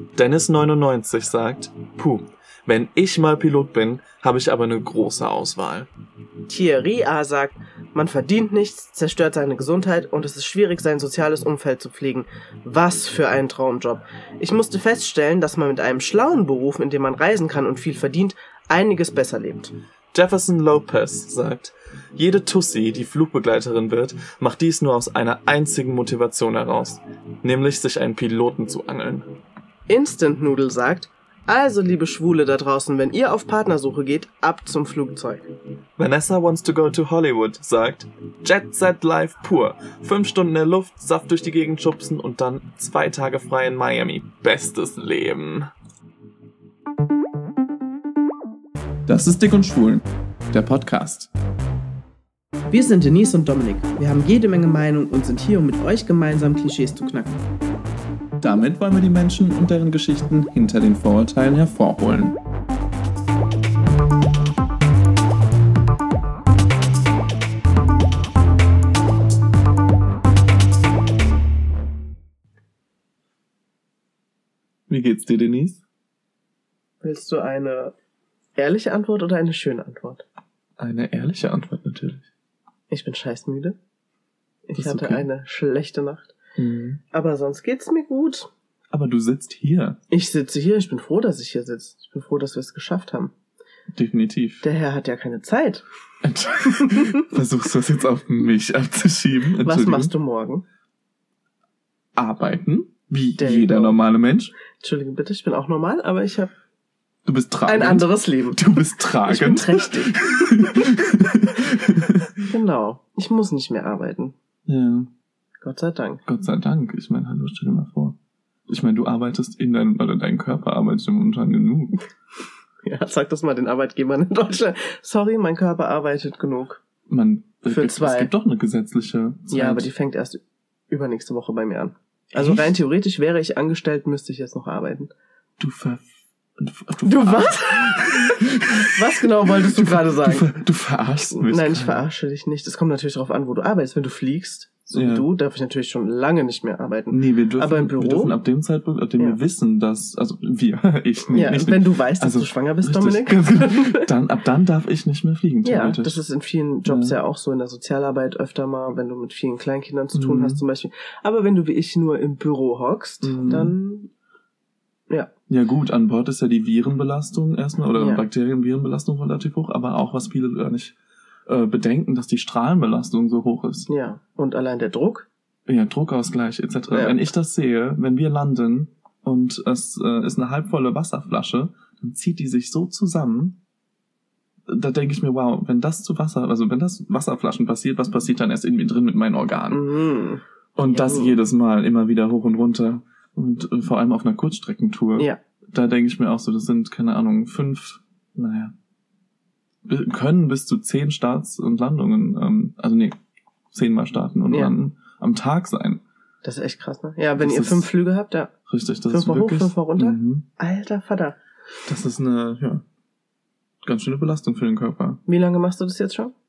Dennis99 sagt, puh, wenn ich mal Pilot bin, habe ich aber eine große Auswahl. Thierry A. sagt, man verdient nichts, zerstört seine Gesundheit und es ist schwierig, sein soziales Umfeld zu pflegen. Was für ein Traumjob. Ich musste feststellen, dass man mit einem schlauen Beruf, in dem man reisen kann und viel verdient, einiges besser lebt. Jefferson Lopez sagt, jede Tussi, die Flugbegleiterin wird, macht dies nur aus einer einzigen Motivation heraus, nämlich sich einen Piloten zu angeln. Instant Noodle sagt, also liebe Schwule da draußen, wenn ihr auf Partnersuche geht, ab zum Flugzeug. Vanessa wants to go to Hollywood sagt, Jet Set Life pur, 5 Stunden in der Luft, Saft durch die Gegend schubsen und dann 2 Tage frei in Miami. Bestes Leben. Das ist Dick und Schwul, der Podcast. Wir sind Denise und Dominik. Wir haben jede Menge Meinung und sind hier, um mit euch gemeinsam Klischees zu knacken. Damit wollen wir die Menschen und deren Geschichten hinter den Vorurteilen hervorholen. Wie geht's dir, Denise? Willst du eine ehrliche Antwort oder eine schöne Antwort? Eine ehrliche Antwort natürlich. Ich bin scheißmüde. Ich hatte okay. eine schlechte Nacht. Mhm. Aber sonst geht's mir gut. Aber du sitzt hier. Ich sitze hier. Ich bin froh, dass ich hier sitze. Ich bin froh, dass wir es geschafft haben. Definitiv. Der Herr hat ja keine Zeit. Versuchst du das jetzt auf mich abzuschieben? Was machst du morgen? Arbeiten. Wie There jeder normale Mensch. Entschuldigung bitte, ich bin auch normal, aber ich habe Du bist tragend. ein anderes Leben. Du bist tragend. Ich bin trächtig. Genau. Ich muss nicht mehr arbeiten. Ja. Gott sei Dank. Gott sei Dank. Ich meine, hallo, stell dir mal vor. Ich meine, du arbeitest dein Körper arbeitet momentan genug. Ja, sag das mal den Arbeitgebern in Deutschland. Sorry, mein Körper arbeitet genug. Für 2. Es gibt doch eine gesetzliche Zeit. Ja, aber die fängt erst übernächste Woche bei mir an. Also rein theoretisch wäre ich angestellt, müsste ich jetzt noch arbeiten. Du was? Was genau wolltest du gerade sagen? Du verarschst mich. Nein, ich verarsche dich nicht. Es kommt natürlich darauf an, wo du arbeitest. Wenn du fliegst, so wie du, darf ich natürlich schon lange nicht mehr arbeiten. Nee, wir dürfen, aber im Büro, wir dürfen ab dem Zeitpunkt, ab dem wir wissen, dass, also ich nicht. Ja, nicht, wenn du weißt, dass du schwanger bist, richtig, Dominik. ab dann darf ich nicht mehr fliegen, theoretisch. Ja, das ist in vielen Jobs ja auch so, in der Sozialarbeit öfter mal, wenn du mit vielen Kleinkindern zu tun hast zum Beispiel. Aber wenn du wie ich nur im Büro hockst, dann, ja. Ja gut, an Bord ist ja die Virenbelastung erstmal, oder Bakterienvirenbelastung relativ hoch, aber auch, was viele gar nicht bedenken, dass die Strahlenbelastung so hoch ist. Ja, und allein der Druck? Ja, Druckausgleich etc. Ja. Wenn ich das sehe, wenn wir landen und es ist eine halbvolle Wasserflasche, dann zieht die sich so zusammen, da denke ich mir, wow, wenn das Wasserflaschen passiert, was passiert dann erst in mir drin mit meinen Organen? Mhm. Und das jedes Mal, immer wieder hoch und runter. Und vor allem auf einer Kurzstreckentour. Ja. Da denke ich mir auch so, das sind, keine Ahnung, können bis zu 10 Starts und Landungen, 10 Mal starten und landen am Tag sein. Das ist echt krass, ne? Ja, wenn ihr 5 Flüge habt, ja. Richtig, das 5 ist mal wirklich... hoch, 5 mal runter? Mhm. Alter Vater. Das ist eine, ganz schöne Belastung für den Körper. Wie lange machst du das jetzt schon?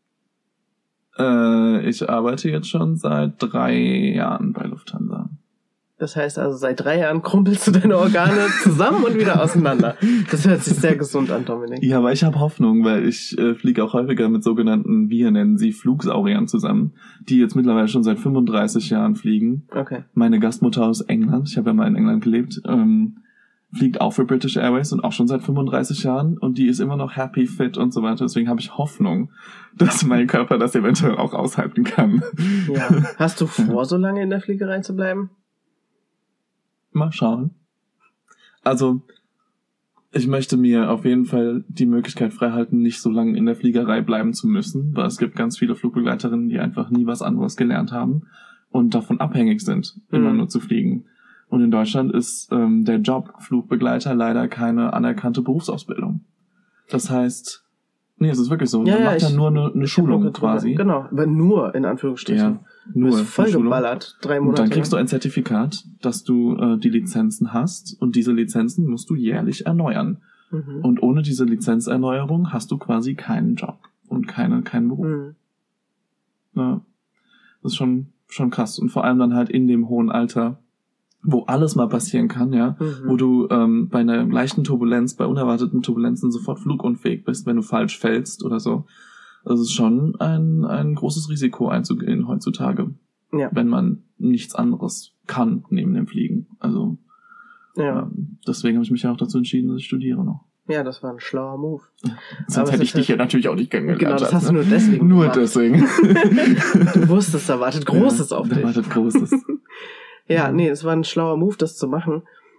Ich arbeite jetzt schon seit 3 Jahren bei Lufthansa. Das heißt also, seit 3 Jahren krumpelst du deine Organe zusammen und wieder auseinander. Das hört sich sehr gesund an, Dominik. Ja, aber ich habe Hoffnung, weil ich fliege auch häufiger mit sogenannten, wir nennen sie Flugsauriern zusammen, die jetzt mittlerweile schon seit 35 Jahren fliegen. Okay. Meine Gastmutter aus England, ich habe ja mal in England gelebt, fliegt auch für British Airways und auch schon seit 35 Jahren und die ist immer noch happy, fit und so weiter. Deswegen habe ich Hoffnung, dass mein Körper das eventuell auch aushalten kann. Ja. Hast du vor, so lange in der Fliegerei zu bleiben? Mal schauen. Also, ich möchte mir auf jeden Fall die Möglichkeit freihalten, nicht so lange in der Fliegerei bleiben zu müssen, weil es gibt ganz viele Flugbegleiterinnen, die einfach nie was anderes gelernt haben und davon abhängig sind, immer nur zu fliegen. Und in Deutschland ist der Job Flugbegleiter leider keine anerkannte Berufsausbildung. Das heißt, es ist wirklich so. Man macht ja nur eine Schulung quasi. Genau, aber nur in Anführungsstrichen. Ja, nur. Du bist voll geballert, 3 Monate. Und dann kriegst du ein Zertifikat, dass du die Lizenzen hast und diese Lizenzen musst du jährlich erneuern. Mhm. Und ohne diese Lizenzerneuerung hast du quasi keinen Job und keinen Beruf. Mhm. Ja, das ist schon krass. Und vor allem dann halt in dem hohen Alter wo alles mal passieren kann, ja, wo du bei einer leichten Turbulenz, bei unerwarteten Turbulenzen sofort flugunfähig bist, wenn du falsch fällst oder so. Das ist schon ein großes Risiko einzugehen heutzutage, wenn man nichts anderes kann neben dem Fliegen. Also deswegen habe ich mich ja auch dazu entschieden, dass ich studiere noch. Ja, das war ein schlauer Move. Sonst hätte ich dich ja natürlich auch nicht kennengelernt. Genau, das hast du nur deswegen gemacht. Deswegen. Du wusstest, da wartet Großes auf dich. Da wartet Großes. Ja, nee, es war ein schlauer Move, das zu machen.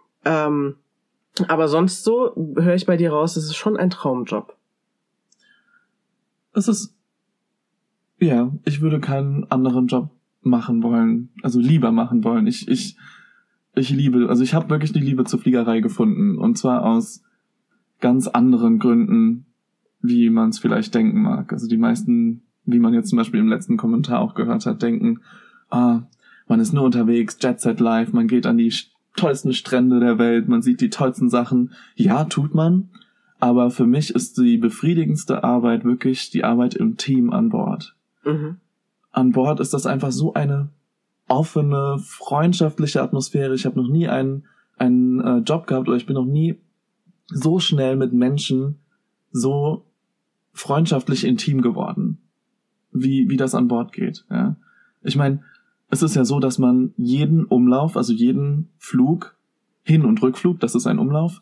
Aber sonst so, höre ich bei dir raus, es ist schon ein Traumjob. Es ist, ja, ich würde keinen anderen Job machen wollen, also lieber machen wollen. Ich liebe, also ich habe wirklich die Liebe zur Fliegerei gefunden. Und zwar aus ganz anderen Gründen, wie man es vielleicht denken mag. Also die meisten, wie man jetzt zum Beispiel im letzten Kommentar auch gehört hat, denken, man ist nur unterwegs, Jet Set Life, man geht an die tollsten Strände der Welt, man sieht die tollsten Sachen. Ja, tut man, aber für mich ist die befriedigendste Arbeit wirklich die Arbeit im Team an Bord. An Bord ist das einfach so eine offene, freundschaftliche Atmosphäre. Ich habe noch nie einen Job gehabt oder ich bin noch nie so schnell mit Menschen so freundschaftlich intim geworden, wie das an Bord geht. Ja. Ich meine, es ist ja so, dass man jeden Umlauf, also jeden Flug, Hin- und Rückflug, das ist ein Umlauf,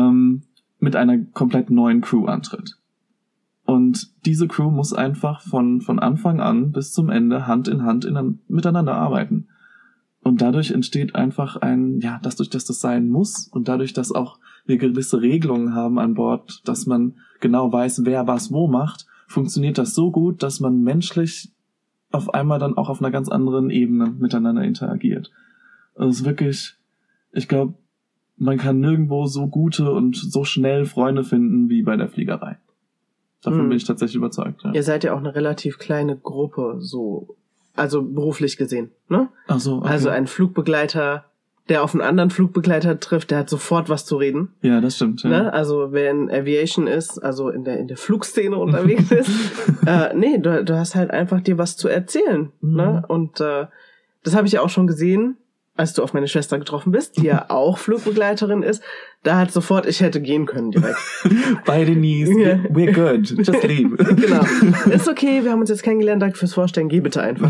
mit einer komplett neuen Crew antritt. Und diese Crew muss einfach von Anfang an bis zum Ende Hand in Hand miteinander arbeiten. Und dadurch entsteht einfach dadurch, dass das sein muss und dadurch, dass auch wir gewisse Regelungen haben an Bord, dass man genau weiß, wer was wo macht, funktioniert das so gut, dass man menschlich auf einmal dann auch auf einer ganz anderen Ebene miteinander interagiert. Also es ist wirklich, ich glaube, man kann nirgendwo so gute und so schnell Freunde finden wie bei der Fliegerei. Davon bin ich tatsächlich überzeugt. Ja. Ihr seid ja auch eine relativ kleine Gruppe, so, also beruflich gesehen, ne? Ach so, okay. Also ein Flugbegleiter, der auf einen anderen Flugbegleiter trifft, der hat sofort was zu reden. Ja, das stimmt. Ja. Ne? Also wer in Aviation ist, also in der Flugszene unterwegs ist, du hast halt einfach dir was zu erzählen. Ne? Und das habe ich ja auch schon gesehen, als du auf meine Schwester getroffen bist, die ja auch Flugbegleiterin ist. Da hat sofort, ich hätte gehen können direkt. By the knees, we're good, just leave. Genau, ist okay, wir haben uns jetzt kennengelernt, danke fürs Vorstellen, geh bitte einfach.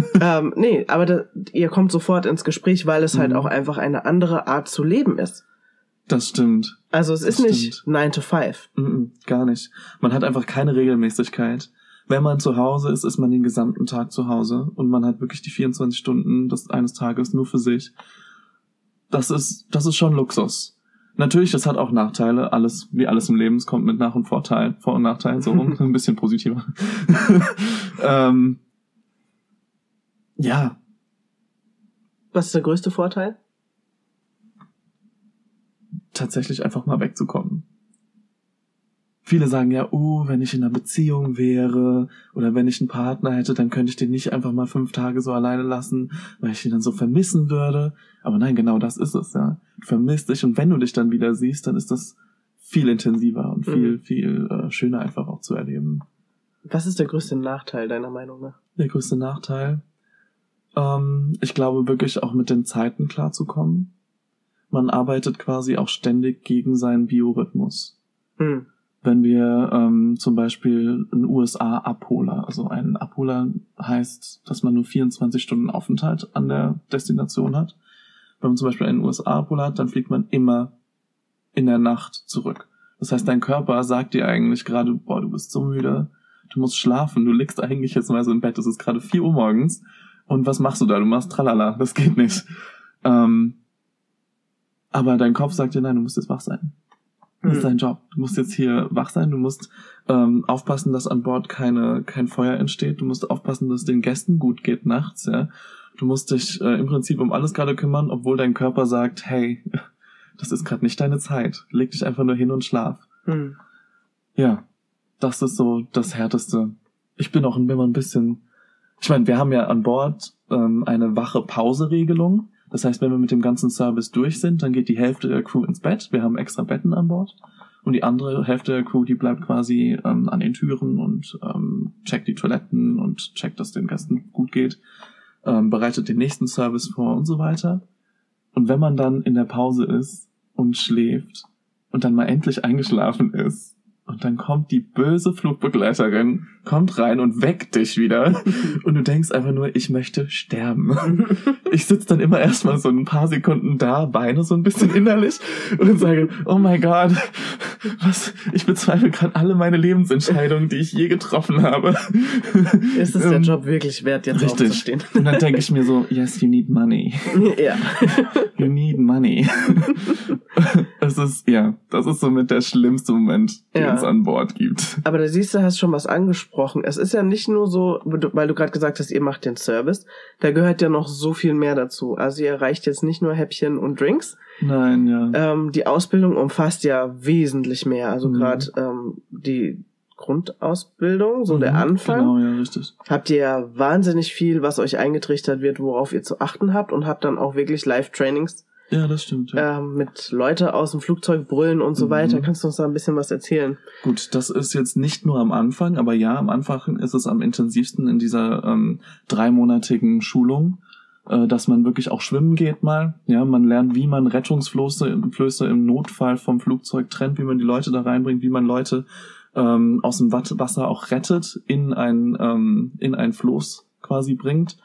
Aber ihr kommt sofort ins Gespräch, weil es halt auch einfach eine andere Art zu leben ist. Das stimmt. Also es ist nicht 9 to 5. Gar nicht. Man hat einfach keine Regelmäßigkeit. Wenn man zu Hause ist, ist man den gesamten Tag zu Hause und man hat wirklich die 24 Stunden eines Tages nur für sich. Das ist schon Luxus. Natürlich, das hat auch Nachteile. Wie alles im Leben, es kommt mit Vor- und Nachteilen, so rum. Ein bisschen positiver. Ja. Was ist der größte Vorteil? Tatsächlich einfach mal wegzukommen. Viele sagen ja, wenn ich in einer Beziehung wäre oder wenn ich einen Partner hätte, dann könnte ich den nicht einfach mal 5 Tage so alleine lassen, weil ich ihn dann so vermissen würde. Aber nein, genau das ist es, ja. Du vermisst dich und wenn du dich dann wieder siehst, dann ist das viel intensiver und viel schöner einfach auch zu erleben. Was ist der größte Nachteil deiner Meinung nach? Der größte Nachteil? Ich glaube wirklich auch mit den Zeiten klarzukommen. Man arbeitet quasi auch ständig gegen seinen Biorhythmus. Wenn wir zum Beispiel einen USA-Abholer, also ein Abholer heißt, dass man nur 24 Stunden Aufenthalt an der Destination hat. Wenn man zum Beispiel einen USA-Abholer hat, dann fliegt man immer in der Nacht zurück. Das heißt, dein Körper sagt dir eigentlich gerade, du bist so müde, du musst schlafen, du liegst eigentlich jetzt mal so im Bett, es ist gerade 4 Uhr morgens und was machst du da? Du machst Tralala, das geht nicht. Aber dein Kopf sagt dir, nein, du musst jetzt wach sein. Das ist dein Job. Du musst jetzt hier wach sein, du musst aufpassen, dass an Bord kein Feuer entsteht, du musst aufpassen, dass es den Gästen gut geht nachts, ja. Du musst dich im Prinzip um alles gerade kümmern, obwohl dein Körper sagt, hey, das ist gerade nicht deine Zeit. Leg dich einfach nur hin und schlaf. Ja, das ist so das Härteste. Ich bin auch immer ein bisschen... Ich meine, wir haben ja an Bord eine Wache-Pause-Regelung. Das heißt, wenn wir mit dem ganzen Service durch sind, dann geht die Hälfte der Crew ins Bett. Wir haben extra Betten an Bord. Und die andere Hälfte der Crew, die bleibt quasi an den Türen und checkt die Toiletten und checkt, dass den Gästen gut geht. Bereitet den nächsten Service vor und so weiter. Und wenn man dann in der Pause ist und schläft und dann mal endlich eingeschlafen ist und dann kommt die böse Flugbegleiterin, kommt rein und weckt dich wieder und du denkst einfach nur, ich möchte sterben. Ich sitze dann immer erstmal so ein paar Sekunden da, weine so ein bisschen innerlich und sage, oh mein Gott, ich bezweifle gerade alle meine Lebensentscheidungen, die ich je getroffen habe. Ist es der Job wirklich wert, jetzt richtig. aufzustehen? Und dann denke ich mir so, yes, you need money. Ja. You need money. Das ist somit der schlimmste Moment, den es an Bord gibt. Aber da siehst du, hast schon was angesprochen. Es ist ja nicht nur so, weil du gerade gesagt hast, ihr macht den Service, da gehört ja noch so viel mehr dazu. Also ihr erreicht jetzt nicht nur Häppchen und Drinks. Nein, ja. Die Ausbildung umfasst ja wesentlich mehr. Also gerade die Grundausbildung, so der Anfang. Genau, ja, richtig. Habt ihr ja wahnsinnig viel, was euch eingetrichtert wird, worauf ihr zu achten habt und habt dann auch wirklich Live-Trainings. Ja, das stimmt. Ja. Mit Leute aus dem Flugzeug brüllen und so weiter. Kannst du uns da ein bisschen was erzählen? Gut, das ist jetzt nicht nur am Anfang, aber ja, am Anfang ist es am intensivsten in dieser 3-monatigen Schulung, dass man wirklich auch schwimmen geht mal. Ja, man lernt, wie man Rettungsflöße im Notfall vom Flugzeug trennt, wie man die Leute da reinbringt, wie man Leute aus dem Wasser auch rettet, in ein Floß quasi bringt.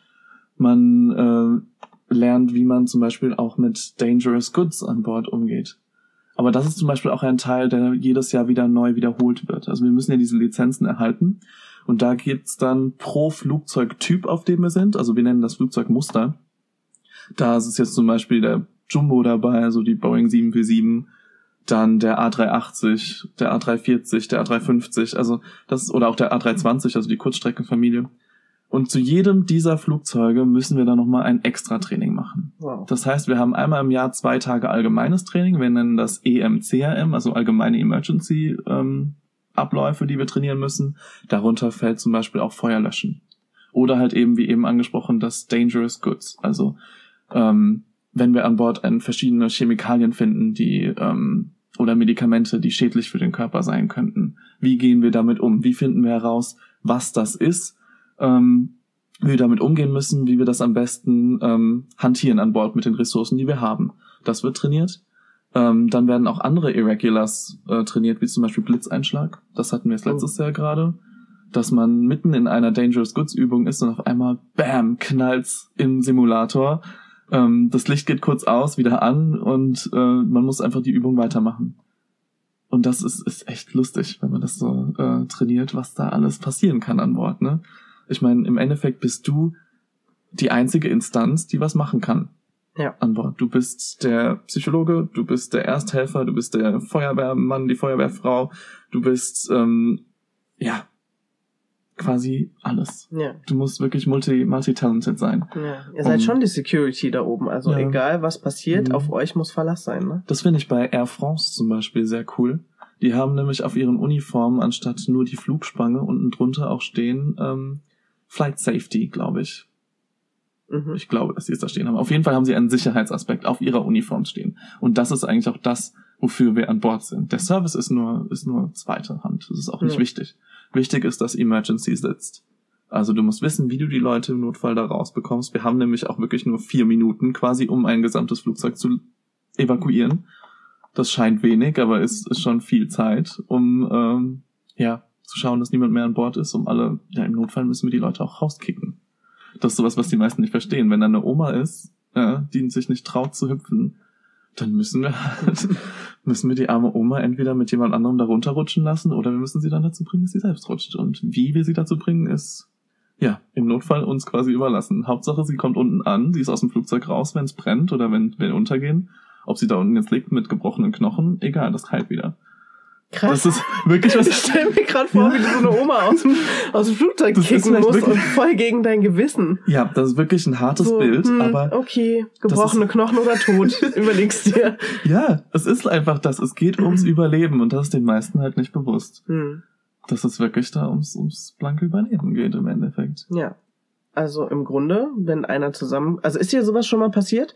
Man lernt, wie man zum Beispiel auch mit Dangerous Goods an Bord umgeht. Aber das ist zum Beispiel auch ein Teil, der jedes Jahr wieder neu wiederholt wird. Also wir müssen ja diese Lizenzen erhalten. Und da gibt's dann pro Flugzeugtyp, auf dem wir sind, also wir nennen das Flugzeugmuster. Da ist es jetzt zum Beispiel der Jumbo dabei, also die Boeing 747, dann der A380, der A340, der A350, also das oder auch der A320, also die Kurzstreckenfamilie. Und zu jedem dieser Flugzeuge müssen wir dann nochmal ein Extra-Training machen. Wow. Das heißt, wir haben einmal im Jahr 2 Tage allgemeines Training. Wir nennen das EMCRM, also allgemeine Emergency Abläufe, die wir trainieren müssen. Darunter fällt zum Beispiel auch Feuerlöschen. Oder halt eben, wie eben angesprochen, das Dangerous Goods. Also wenn wir an Bord verschiedene Chemikalien finden, die oder Medikamente, die schädlich für den Körper sein könnten. Wie gehen wir damit um? Wie finden wir heraus, was das ist? Wie wir damit umgehen müssen, wie wir das am besten hantieren an Bord mit den Ressourcen, die wir haben. Das wird trainiert. Dann werden auch andere Irregulars trainiert, wie zum Beispiel Blitzeinschlag. Das hatten wir jetzt letztes Jahr gerade. Dass man mitten in einer Dangerous Goods Übung ist und auf einmal, bam, knallt's im Simulator. Das Licht geht kurz aus, wieder an und man muss einfach die Übung weitermachen. Und das ist echt lustig, wenn man das so trainiert, was da alles passieren kann an Bord, ne? Ich meine, im Endeffekt bist du die einzige Instanz, die was machen kann an Bord. Du bist der Psychologe, du bist der Ersthelfer, du bist der Feuerwehrmann, die Feuerwehrfrau, du bist, quasi alles. Ja. Du musst wirklich multi-talented sein. Ja. Ihr seid schon die Security da oben, also egal was passiert, auf euch muss Verlass sein, ne? Das finde ich bei Air France zum Beispiel sehr cool. Die haben nämlich auf ihren Uniformen anstatt nur die Flugspange unten drunter auch stehen, Flight Safety, glaube ich. Ich glaube, dass sie es da stehen haben. Auf jeden Fall haben sie einen Sicherheitsaspekt auf ihrer Uniform stehen. Und das ist eigentlich auch das, wofür wir an Bord sind. Der Service ist nur zweite Hand. Das ist auch nicht wichtig. Wichtig ist, dass Emergency sitzt. Also du musst wissen, wie du die Leute im Notfall da rausbekommst. Wir haben nämlich auch wirklich nur 4 Minuten quasi, um ein gesamtes Flugzeug zu evakuieren. Das scheint wenig, aber ist schon viel Zeit, um zu schauen, dass niemand mehr an Bord ist, im Notfall müssen wir die Leute auch rauskicken. Das ist sowas, was die meisten nicht verstehen. Wenn da eine Oma ist, die sich nicht traut zu hüpfen, dann müssen wir die arme Oma entweder mit jemand anderem da runterrutschen lassen oder wir müssen sie dann dazu bringen, dass sie selbst rutscht. Und wie wir sie dazu bringen, ist, im Notfall uns quasi überlassen. Hauptsache, sie kommt unten an, sie ist aus dem Flugzeug raus, wenn es brennt oder wenn wir untergehen. Ob sie da unten jetzt liegt mit gebrochenen Knochen, egal, das heilt wieder. Krass. Das ist wirklich was. Ich stelle mir gerade vor, wie du so eine Oma aus dem Flugzeug kicken musst und voll gegen dein Gewissen. Ja, das ist wirklich ein hartes Bild, aber. Okay, gebrochene Knochen oder tot, überlegst dir. Ja, es ist einfach das. Es geht ums Überleben und das ist den meisten halt nicht bewusst. Dass es wirklich da ums blanke Überleben geht im Endeffekt. Ja. Also im Grunde, wenn einer also ist dir sowas schon mal passiert,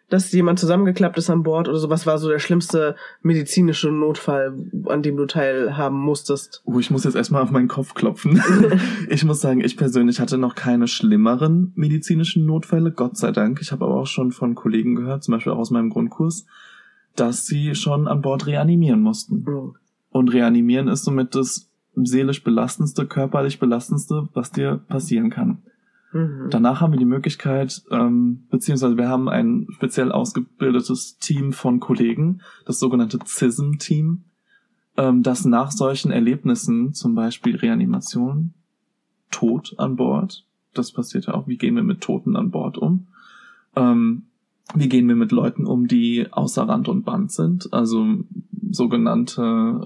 dass jemand zusammengeklappt ist an Bord oder so? Was war so der schlimmste medizinische Notfall, an dem du teilhaben musstest? Ich muss jetzt erstmal auf meinen Kopf klopfen. Ich muss sagen, ich persönlich hatte noch keine schlimmeren medizinischen Notfälle, Gott sei Dank. Ich habe aber auch schon von Kollegen gehört, zum Beispiel auch aus meinem Grundkurs, dass sie schon an Bord reanimieren mussten. Oh. Und reanimieren ist somit das seelisch belastendste, körperlich belastendste, was dir passieren kann. Danach haben wir die Möglichkeit, beziehungsweise wir haben ein speziell ausgebildetes Team von Kollegen, das sogenannte CISM-Team, das nach solchen Erlebnissen, zum Beispiel Reanimation, Tod an Bord, das passiert ja auch, wie gehen wir mit Toten an Bord um, wie gehen wir mit Leuten um, die außer Rand und Band sind, also sogenannte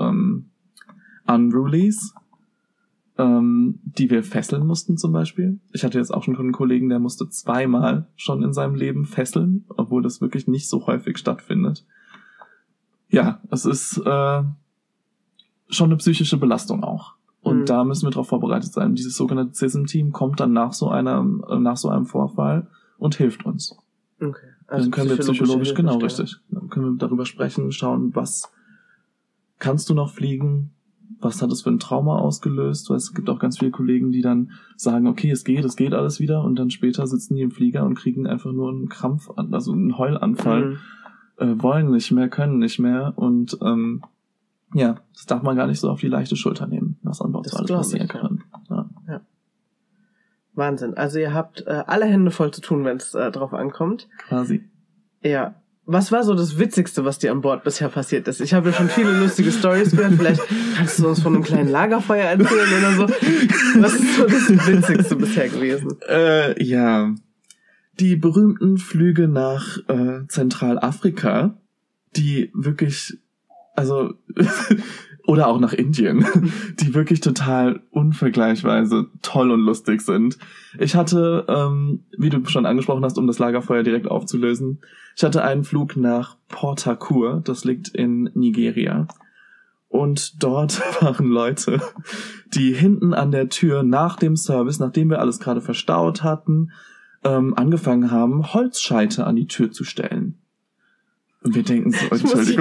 Unrulies, die wir fesseln mussten zum Beispiel. Ich hatte jetzt auch schon einen Kollegen, der musste 2-mal schon in seinem Leben fesseln, obwohl das wirklich nicht so häufig stattfindet. Ja, es ist schon eine psychische Belastung auch. Und da müssen wir darauf vorbereitet sein. Dieses sogenannte CISM-Team kommt dann nach so einem Vorfall und hilft uns. Okay. Also dann können wir psychologisch, genau, richtig. Dann können wir darüber sprechen, schauen, was kannst du noch fliegen? Was hat es für ein Trauma ausgelöst? Weil es gibt auch ganz viele Kollegen, die dann sagen, okay, es geht alles wieder, und dann später sitzen die im Flieger und kriegen einfach nur einen Krampf, also einen Heulanfall, wollen nicht mehr, können nicht mehr, und das darf man gar nicht so auf die leichte Schulter nehmen, was an Bord so alles passieren kann. Ja. Wahnsinn. Also ihr habt alle Hände voll zu tun, wenn es drauf ankommt. Quasi. Ja. Was war so das Witzigste, was dir an Bord bisher passiert ist? Ich habe ja schon viele lustige Storys gehört. Vielleicht kannst du uns von einem kleinen Lagerfeuer erzählen oder so. Was ist so das Witzigste bisher gewesen? Ja, die berühmten Flüge nach Zentralafrika, die wirklich, also oder auch nach Indien, die wirklich total unvergleichsweise toll und lustig sind. Ich hatte, wie du schon angesprochen hast, um das Lagerfeuer direkt aufzulösen, ich hatte einen Flug nach Port Harcourt, das liegt in Nigeria. Und dort waren Leute, die hinten an der Tür nach dem Service, nachdem wir alles gerade verstaut hatten, angefangen haben, Holzscheite an die Tür zu stellen. Und wir denken so,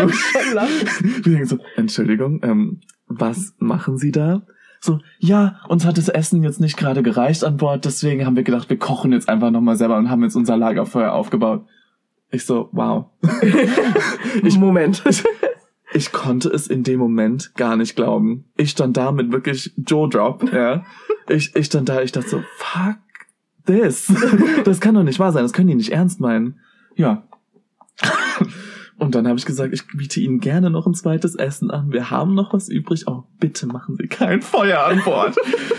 Entschuldigung, was machen Sie da? So, ja, uns hat das Essen jetzt nicht gerade gereicht an Bord, deswegen haben wir gedacht, wir kochen jetzt einfach nochmal selber und haben jetzt unser Lagerfeuer aufgebaut. Ich so, wow. Moment. Ich konnte es in dem Moment gar nicht glauben. Ich stand da mit wirklich Jaw-Drop, ja. Ich stand da, ich dachte so, fuck this. Das kann doch nicht wahr sein, das können die nicht ernst meinen. Ja. Und dann habe ich gesagt, ich biete Ihnen gerne noch ein zweites Essen an. Wir haben noch was übrig. Oh, bitte machen Sie kein Feuer an Bord.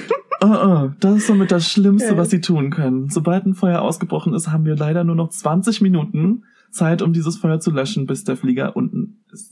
Das ist somit das Schlimmste, was Sie tun können. Sobald ein Feuer ausgebrochen ist, haben wir leider nur noch 20 Minuten Zeit, um dieses Feuer zu löschen, bis der Flieger unten ist.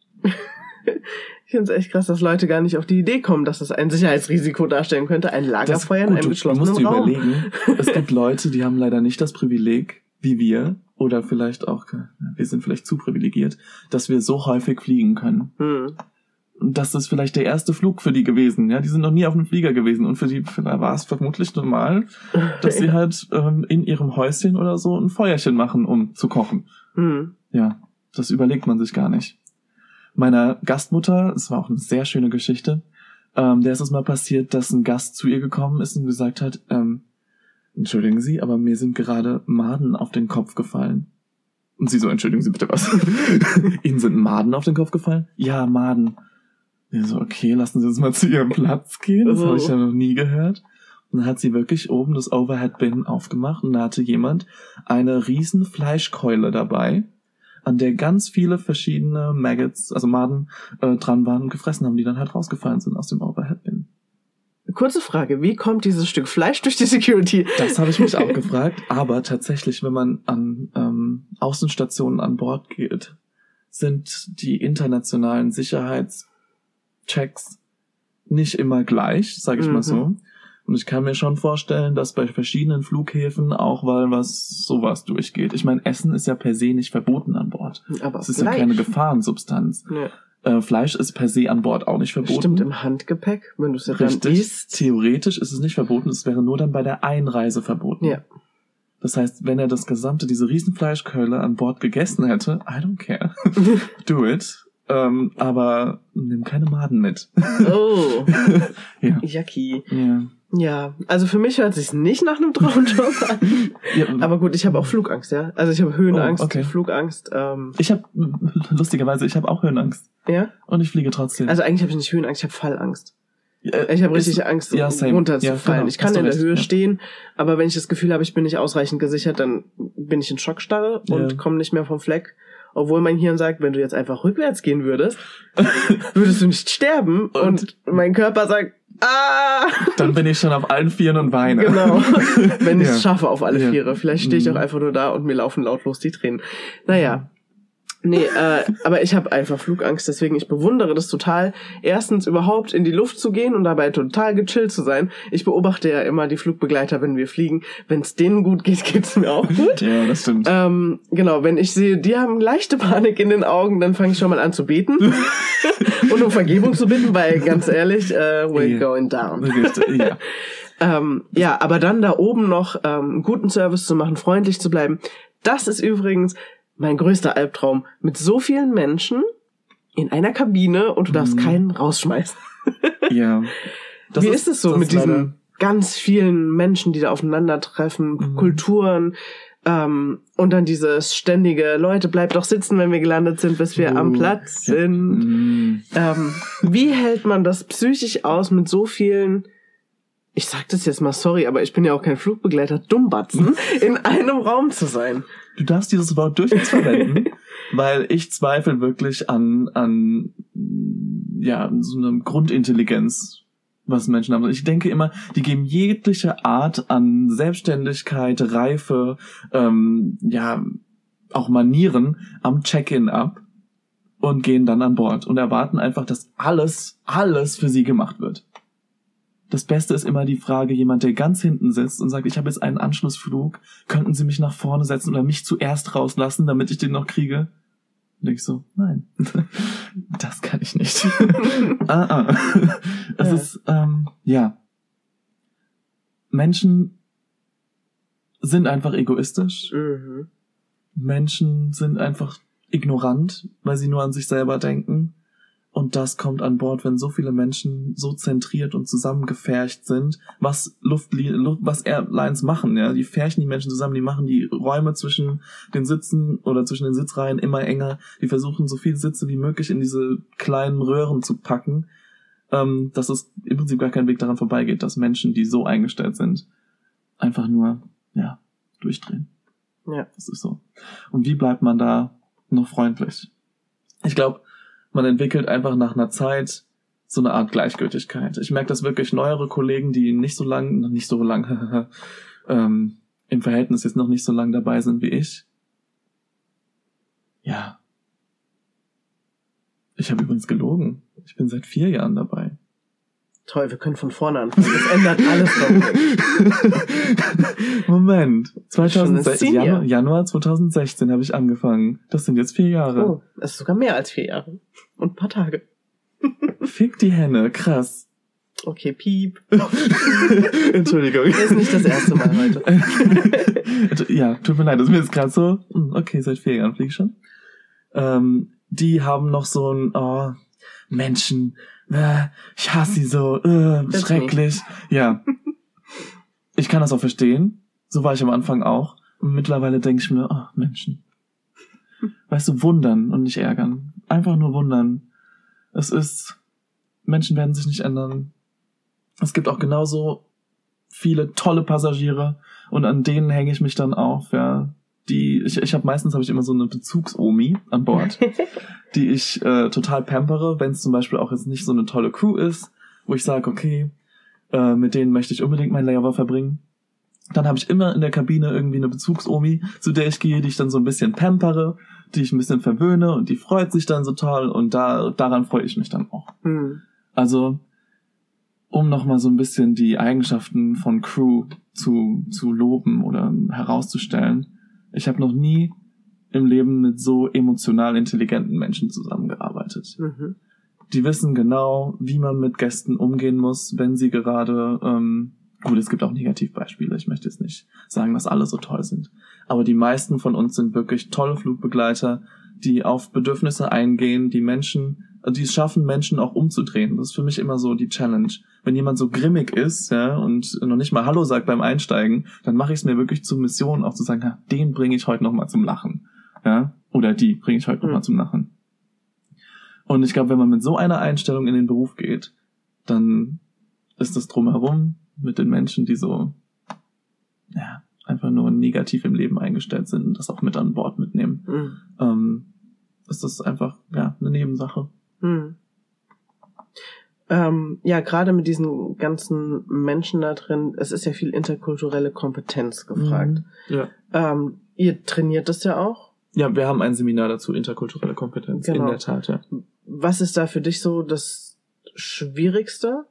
Ich finde es echt krass, dass Leute gar nicht auf die Idee kommen, dass das ein Sicherheitsrisiko darstellen könnte. Ein Lagerfeuer in einem geschlossenen Raum. Du musst dir überlegen, es gibt Leute, die haben leider nicht das Privileg, wie wir, oder vielleicht auch, wir sind vielleicht zu privilegiert, dass wir so häufig fliegen können. Und das ist vielleicht der erste Flug für die gewesen. Ja, die sind noch nie auf einem Flieger gewesen. Und für die war es vermutlich normal, dass sie halt in ihrem Häuschen oder so ein Feuerchen machen, um zu kochen. Ja, das überlegt man sich gar nicht. Meiner Gastmutter, es war auch eine sehr schöne Geschichte, der ist es mal passiert, dass ein Gast zu ihr gekommen ist und gesagt hat, entschuldigen Sie, aber mir sind gerade Maden auf den Kopf gefallen. Und sie so, entschuldigen Sie bitte was? Ihnen sind Maden auf den Kopf gefallen? Ja, Maden. Ja, so, okay, lassen Sie uns mal zu Ihrem Platz gehen. Das habe ich ja noch nie gehört. Und dann hat sie wirklich oben das Overhead-Bin aufgemacht und da hatte jemand eine riesen Fleischkeule dabei, an der ganz viele verschiedene Maggots, also Maden, dran waren und gefressen haben, die dann halt rausgefallen sind aus dem Overhead-Bin. Kurze Frage, wie kommt dieses Stück Fleisch durch die Security? Das habe ich mich auch gefragt, aber tatsächlich, wenn man an Außenstationen an Bord geht, sind die internationalen Sicherheitschecks nicht immer gleich, sage ich mal so. Und ich kann mir schon vorstellen, dass bei verschiedenen Flughäfen auch mal sowas durchgeht. Ich meine, Essen ist ja per se nicht verboten an Bord. Aber es ist ja keine Gefahrensubstanz. Ja. Fleisch ist per se an Bord auch nicht verboten. Stimmt, im Handgepäck, wenn du es ja dann Richtig. isst. Theoretisch ist es nicht verboten, es wäre nur dann bei der Einreise verboten. Ja. Das heißt, wenn er diese Riesenfleischkeule an Bord gegessen hätte, I don't care. Do it. Aber nimm keine Maden mit. Oh. Ja. Yucky. Ja. Ja, also für mich hört es sich nicht nach einem Traumjob an. Ja. Aber gut, ich habe auch Flugangst, ja. Also ich habe Höhenangst, Oh, okay. Flugangst. Lustigerweise, ich habe auch Höhenangst. Ja? Und ich fliege trotzdem. Also eigentlich habe ich nicht Höhenangst, ich habe Fallangst. Ich habe richtig Angst, same. runterzufallen. Genau, ich kann hast du in der recht, Höhe ja. stehen, aber wenn ich das Gefühl habe, ich bin nicht ausreichend gesichert, dann bin ich in Schockstarre und komme nicht mehr vom Fleck. Obwohl mein Hirn sagt, wenn du jetzt einfach rückwärts gehen würdest, würdest du nicht sterben. Und mein Körper sagt, Dann bin ich schon auf allen Vieren und weine. Genau. Wenn ich es Ja. schaffe auf alle Ja. Viere. Vielleicht stehe ich auch einfach nur da und mir laufen lautlos die Tränen. Naja. Nee, aber ich habe einfach Flugangst, deswegen ich bewundere das total. Erstens überhaupt in die Luft zu gehen und dabei total gechillt zu sein. Ich beobachte ja immer die Flugbegleiter, wenn wir fliegen. Wenn es denen gut geht, geht's mir auch gut. Ja, das stimmt. Genau, wenn ich sehe, die haben leichte Panik in den Augen, dann fange ich schon mal an zu beten und um Vergebung zu bitten, weil ganz ehrlich, we're going down. Ja. Ja, aber dann da oben noch einen guten Service zu machen, freundlich zu bleiben, das ist übrigens mein größter Albtraum. Mit so vielen Menschen in einer Kabine und du darfst keinen rausschmeißen. Ja. Wie ist es so mit diesen ganz vielen Menschen, die da aufeinandertreffen, Kulturen, und dann dieses ständige, Leute, bleibt doch sitzen, wenn wir gelandet sind, bis wir am Platz sind. Wie hält man das psychisch aus mit so vielen, ich sag das jetzt mal, sorry, aber ich bin ja auch kein Flugbegleiter, Dummbatzen, in einem Raum zu sein? Du darfst dieses Wort durchaus verwenden, weil ich zweifle wirklich an so einer Grundintelligenz, was Menschen haben. Ich denke immer, die geben jegliche Art an Selbstständigkeit, Reife, auch Manieren am Check-in ab und gehen dann an Bord und erwarten einfach, dass alles für sie gemacht wird. Das Beste ist immer die Frage, jemand, der ganz hinten sitzt und sagt, ich habe jetzt einen Anschlussflug, könnten Sie mich nach vorne setzen oder mich zuerst rauslassen, damit ich den noch kriege? Und ich so, nein, das kann ich nicht. Es ist, Menschen sind einfach egoistisch. Mhm. Menschen sind einfach ignorant, weil sie nur an sich selber denken. Und das kommt an Bord, wenn so viele Menschen so zentriert und zusammengepfercht sind, was Airlines machen, ja. Die pferchen die Menschen zusammen, die machen die Räume zwischen den Sitzen oder zwischen den Sitzreihen immer enger. Die versuchen, so viele Sitze wie möglich in diese kleinen Röhren zu packen, dass es im Prinzip gar kein Weg daran vorbeigeht, dass Menschen, die so eingestellt sind, einfach nur, durchdrehen. Ja. Das ist so. Und wie bleibt man da noch freundlich? Ich glaube, man entwickelt einfach nach einer Zeit so eine Art Gleichgültigkeit. Ich merke das wirklich neuere Kollegen, die nicht so lang im Verhältnis jetzt noch nicht so lang dabei sind wie ich. Ja. Ich habe übrigens gelogen. Ich bin seit 4 Jahren dabei. Toll, wir können von vorne anfangen. Das ändert alles komplett. Moment. Schon ein Senior. Januar 2016 habe ich angefangen. Das sind jetzt 4 Jahre. Oh, das ist sogar mehr als 4 Jahre. Und ein paar Tage. Fick die Henne, krass. Okay, piep. Entschuldigung. Ist nicht das erste Mal heute. Ja, tut mir leid, das ist mir jetzt gerade so, okay, seit 4 Jahren fliege ich schon. Die haben noch so ein, Menschen, ich hasse sie so, schrecklich. Ja. Ich kann das auch verstehen. So war ich am Anfang auch. Und mittlerweile denke ich mir, Menschen. Weißt du, wundern und nicht ärgern. Einfach nur wundern. Menschen werden sich nicht ändern. Es gibt auch genauso viele tolle Passagiere und an denen hänge ich mich dann auf, ja. Meistens habe ich immer so eine Bezugsomi an Bord, die ich total pampere, wenn es zum Beispiel auch jetzt nicht so eine tolle Crew ist, wo ich sage, okay, mit denen möchte ich unbedingt mein Layover verbringen. Dann habe ich immer in der Kabine irgendwie eine Bezugsomi, zu der ich gehe, die ich dann so ein bisschen pampere, die ich ein bisschen verwöhne und die freut sich dann so toll und daran freue ich mich dann auch. Also, um nochmal so ein bisschen die Eigenschaften von Crew zu loben oder herauszustellen, ich habe noch nie im Leben mit so emotional intelligenten Menschen zusammengearbeitet. Die wissen genau, wie man mit Gästen umgehen muss, wenn sie gerade Gut, es gibt auch Negativbeispiele. Ich möchte jetzt nicht sagen, dass alle so toll sind. Aber die meisten von uns sind wirklich tolle Flugbegleiter, die auf Bedürfnisse eingehen, die es schaffen, Menschen auch umzudrehen. Das ist für mich immer so die Challenge. Wenn jemand so grimmig ist, ja, und noch nicht mal Hallo sagt beim Einsteigen, dann mache ich es mir wirklich zur Mission, auch zu sagen, ja, den bringe ich heute noch mal zum Lachen. Ja, oder die bringe ich heute noch mal zum Lachen. Und ich glaube, wenn man mit so einer Einstellung in den Beruf geht, dann ist das drumherum mit den Menschen, die so, ja, einfach nur negativ im Leben eingestellt sind und das auch mit an Bord mitnehmen, ist das einfach, ja, eine Nebensache. Ja, gerade mit diesen ganzen Menschen da drin, es ist ja viel interkulturelle Kompetenz gefragt. Ja. Ihr trainiert das ja auch? Ja, wir haben ein Seminar dazu, interkulturelle Kompetenz, in der Tat, ja. Was ist da für dich so das Schwierigste?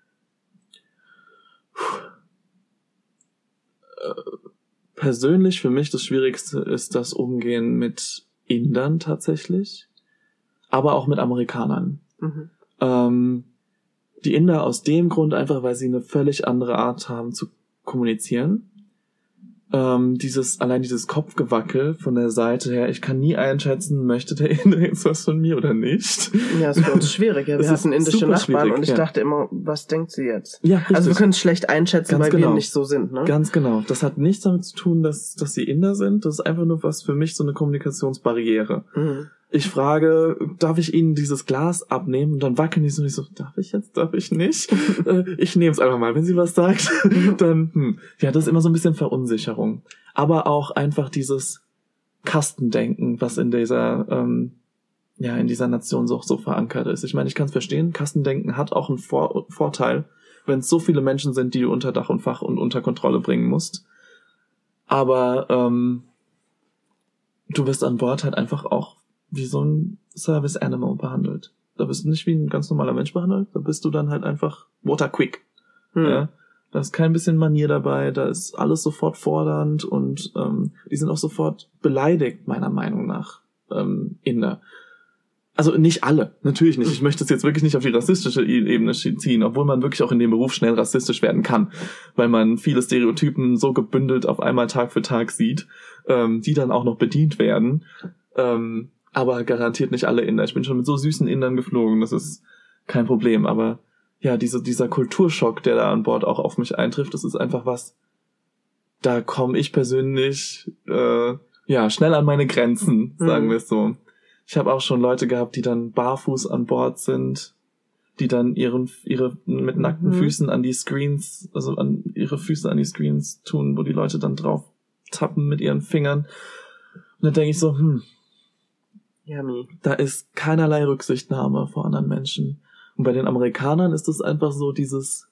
Persönlich für mich das Schwierigste ist das Umgehen mit Indern tatsächlich, aber auch mit Amerikanern. Die Inder aus dem Grund einfach, weil sie eine völlig andere Art haben zu kommunizieren. Dieses Kopfgewackel von der Seite her, ich kann nie einschätzen, möchte der Inder jetzt was von mir oder nicht. Ja, ist für uns schwierig. Ja, wir hatten indische Nachbarn und ich dachte immer, was denkt sie jetzt? Ja, richtig. Also wir können es schlecht einschätzen, Ganz weil genau. wir nicht so sind, ne? Ganz genau. Das hat nichts damit zu tun, dass sie Inder sind. Das ist einfach nur was für mich so eine Kommunikationsbarriere. Ich frage, darf ich Ihnen dieses Glas abnehmen? Und dann wackeln die so nicht so, darf ich jetzt, darf ich nicht? Ich nehme es einfach mal, wenn sie was sagt. Dann, ja, das ist immer so ein bisschen Verunsicherung. Aber auch einfach dieses Kastendenken, was in dieser Nation so verankert ist. Ich meine, ich kann es verstehen, Kastendenken hat auch einen Vorteil, wenn es so viele Menschen sind, die du unter Dach und Fach und unter Kontrolle bringen musst. Aber du wirst an Bord halt einfach auch wie so ein Service Animal behandelt. Da bist du nicht wie ein ganz normaler Mensch behandelt, da bist du dann halt einfach water quick. Ja? Da ist kein bisschen Manier dabei, da ist alles sofort fordernd und die sind auch sofort beleidigt, meiner Meinung nach, Inder. Also nicht alle, natürlich nicht. Ich möchte es jetzt wirklich nicht auf die rassistische Ebene ziehen, obwohl man wirklich auch in dem Beruf schnell rassistisch werden kann, weil man viele Stereotypen so gebündelt auf einmal Tag für Tag sieht, die dann auch noch bedient werden. Aber garantiert nicht alle Inder. Ich bin schon mit so süßen Indern geflogen, das ist kein Problem. Aber ja, dieser Kulturschock, der da an Bord auch auf mich eintrifft, das ist einfach was, da komme ich persönlich schnell an meine Grenzen, sagen wir es so. Ich habe auch schon Leute gehabt, die dann barfuß an Bord sind, die dann ihre mit nackten Füßen an die Screens, also an ihre Füße an die Screens tun, wo die Leute dann drauf tappen mit ihren Fingern. Und dann denke ich so, Yummy. Da ist keinerlei Rücksichtnahme vor anderen Menschen. Und bei den Amerikanern ist es einfach so dieses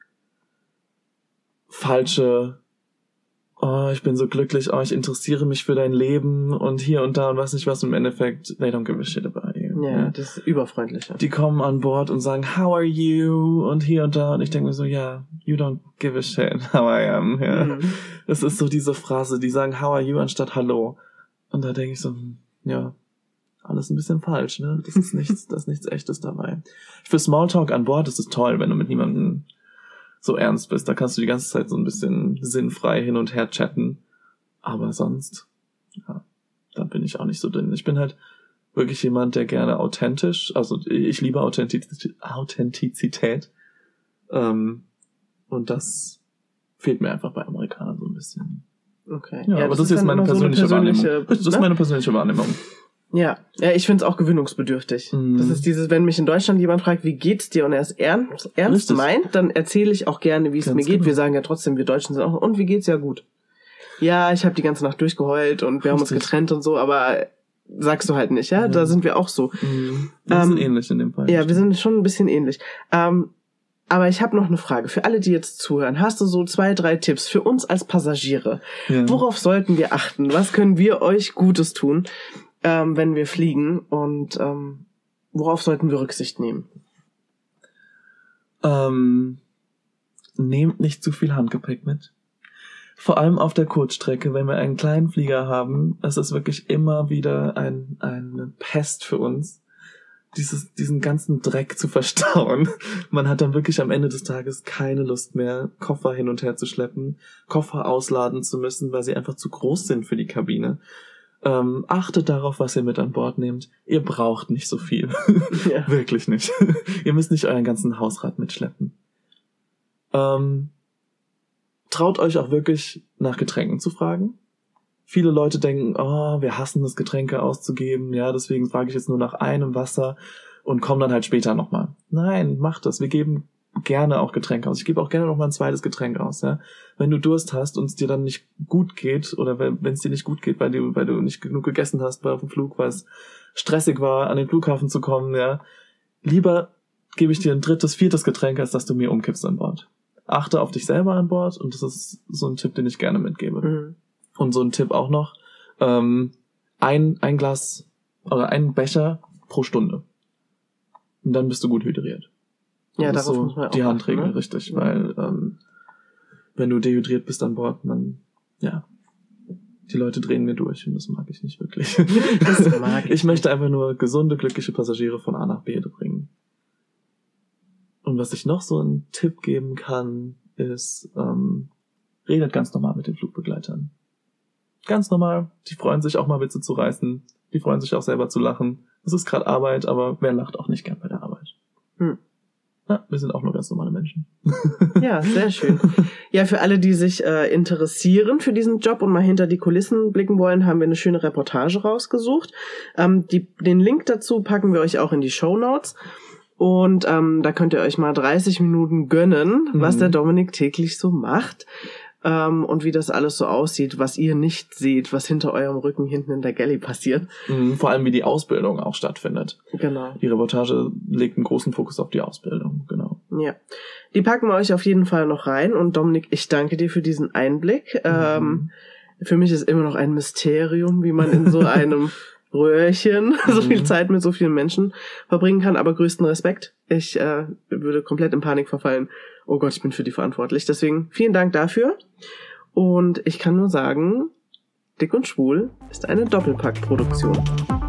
falsche, oh, ich bin so glücklich, oh, ich interessiere mich für dein Leben und hier und da und weiß nicht was, im Endeffekt, they don't give a shit about you. Ja, das ist überfreundlicher. Die kommen an Bord und sagen, how are you? Und hier und da. Und ich denke mir so, ja, you don't give a shit how I am. Ja. Es ist so diese Phrase, die sagen, how are you anstatt hallo. Und da denke ich so, ja, alles ein bisschen falsch, ne? Das ist nichts Echtes dabei. Für Smalltalk an Bord ist es toll, wenn du mit niemandem so ernst bist. Da kannst du die ganze Zeit so ein bisschen sinnfrei hin und her chatten. Aber sonst, ja, da bin ich auch nicht so drin. Ich bin halt wirklich jemand, der gerne authentisch, also ich liebe Authentizität. Und das fehlt mir einfach bei Amerikanern so ein bisschen. Okay. Ja, aber das ist meine persönliche Wahrnehmung. Das ist meine persönliche Wahrnehmung. Ja, ich finde es auch gewöhnungsbedürftig. Das ist dieses, wenn mich in Deutschland jemand fragt, wie geht's dir, und er es ernst meint, dann erzähle ich auch gerne, wie es mir geht. Genau. Wir sagen ja trotzdem, wir Deutschen sind auch, und wie geht's? Ja, gut. Ja, ich habe die ganze Nacht durchgeheult und wir haben uns getrennt und so, aber sagst du halt nicht, ja? Da sind wir auch so. Wir sind ähnlich in dem Fall. Ja, wir sind schon ein bisschen ähnlich. Aber ich habe noch eine Frage. Für alle, die jetzt zuhören, hast du so 2, 3 Tipps für uns als Passagiere? Ja. Worauf sollten wir achten? Was können wir euch Gutes tun, wenn wir fliegen? Und worauf sollten wir Rücksicht nehmen? Nehmt nicht zu viel Handgepäck mit. Vor allem auf der Kurzstrecke, wenn wir einen kleinen Flieger haben, das ist wirklich immer wieder eine Pest für uns. diesen ganzen Dreck zu verstauen. Man hat dann wirklich am Ende des Tages keine Lust mehr, Koffer hin und her zu schleppen, Koffer ausladen zu müssen, weil sie einfach zu groß sind für die Kabine. Achtet darauf, was ihr mit an Bord nehmt. Ihr braucht nicht so viel. Ja. Wirklich nicht. Ihr müsst nicht euren ganzen Hausrat mitschleppen. Traut euch auch wirklich nach Getränken zu fragen. Viele Leute denken, wir hassen es, Getränke auszugeben, ja, deswegen frage ich jetzt nur nach einem Wasser und komme dann halt später nochmal. Nein, macht das. Wir geben gerne auch Getränke aus. Ich gebe auch gerne nochmal ein zweites Getränk aus, ja. Wenn du Durst hast und es dir dann nicht gut geht, oder wenn es dir nicht gut geht, weil du nicht genug gegessen hast auf dem Flug, weil es stressig war, an den Flughafen zu kommen, ja, lieber gebe ich dir ein 3., 4. Getränk, als dass du mir umkippst an Bord. Achte auf dich selber an Bord und das ist so ein Tipp, den ich gerne mitgebe. Mhm. Und so ein Tipp auch noch, ein Glas oder ein Becher pro Stunde. Und dann bist du gut hydriert. Ja, das darauf ist so muss man auch die Handregel, achten, ne? richtig, Mhm. weil wenn du dehydriert bist an Bord, dann, ja, die Leute drehen mir durch und das mag ich nicht wirklich. Das mag ich möchte einfach nur gesunde, glückliche Passagiere von A nach B bringen. Und was ich noch so einen Tipp geben kann, ist, redet ganz normal mit den Flugbegleitern. Ganz normal. Die freuen sich auch mal Witze zu reißen. Die freuen sich auch selber zu lachen. Es ist gerade Arbeit, aber wer lacht auch nicht gern bei der Arbeit? Ja, wir sind auch nur ganz normale Menschen. Ja, sehr schön. Ja, für alle, die sich interessieren für diesen Job und mal hinter die Kulissen blicken wollen, haben wir eine schöne Reportage rausgesucht. Den Link dazu packen wir euch auch in die Shownotes. Und da könnt ihr euch mal 30 Minuten gönnen, was der Dominik täglich so macht. Und wie das alles so aussieht, was ihr nicht seht, was hinter eurem Rücken hinten in der Galley passiert. Vor allem, wie die Ausbildung auch stattfindet. Genau. Die Reportage legt einen großen Fokus auf die Ausbildung, genau. Ja, die packen wir euch auf jeden Fall noch rein. Und Dominik, ich danke dir für diesen Einblick. Für mich ist immer noch ein Mysterium, wie man in so einem Röhrchen so viel Zeit mit so vielen Menschen verbringen kann. Aber größten Respekt. Ich würde komplett in Panik verfallen. Oh Gott, ich bin für die verantwortlich. Deswegen vielen Dank dafür. Und ich kann nur sagen, Dick und Schwul ist eine Doppelpack-Produktion.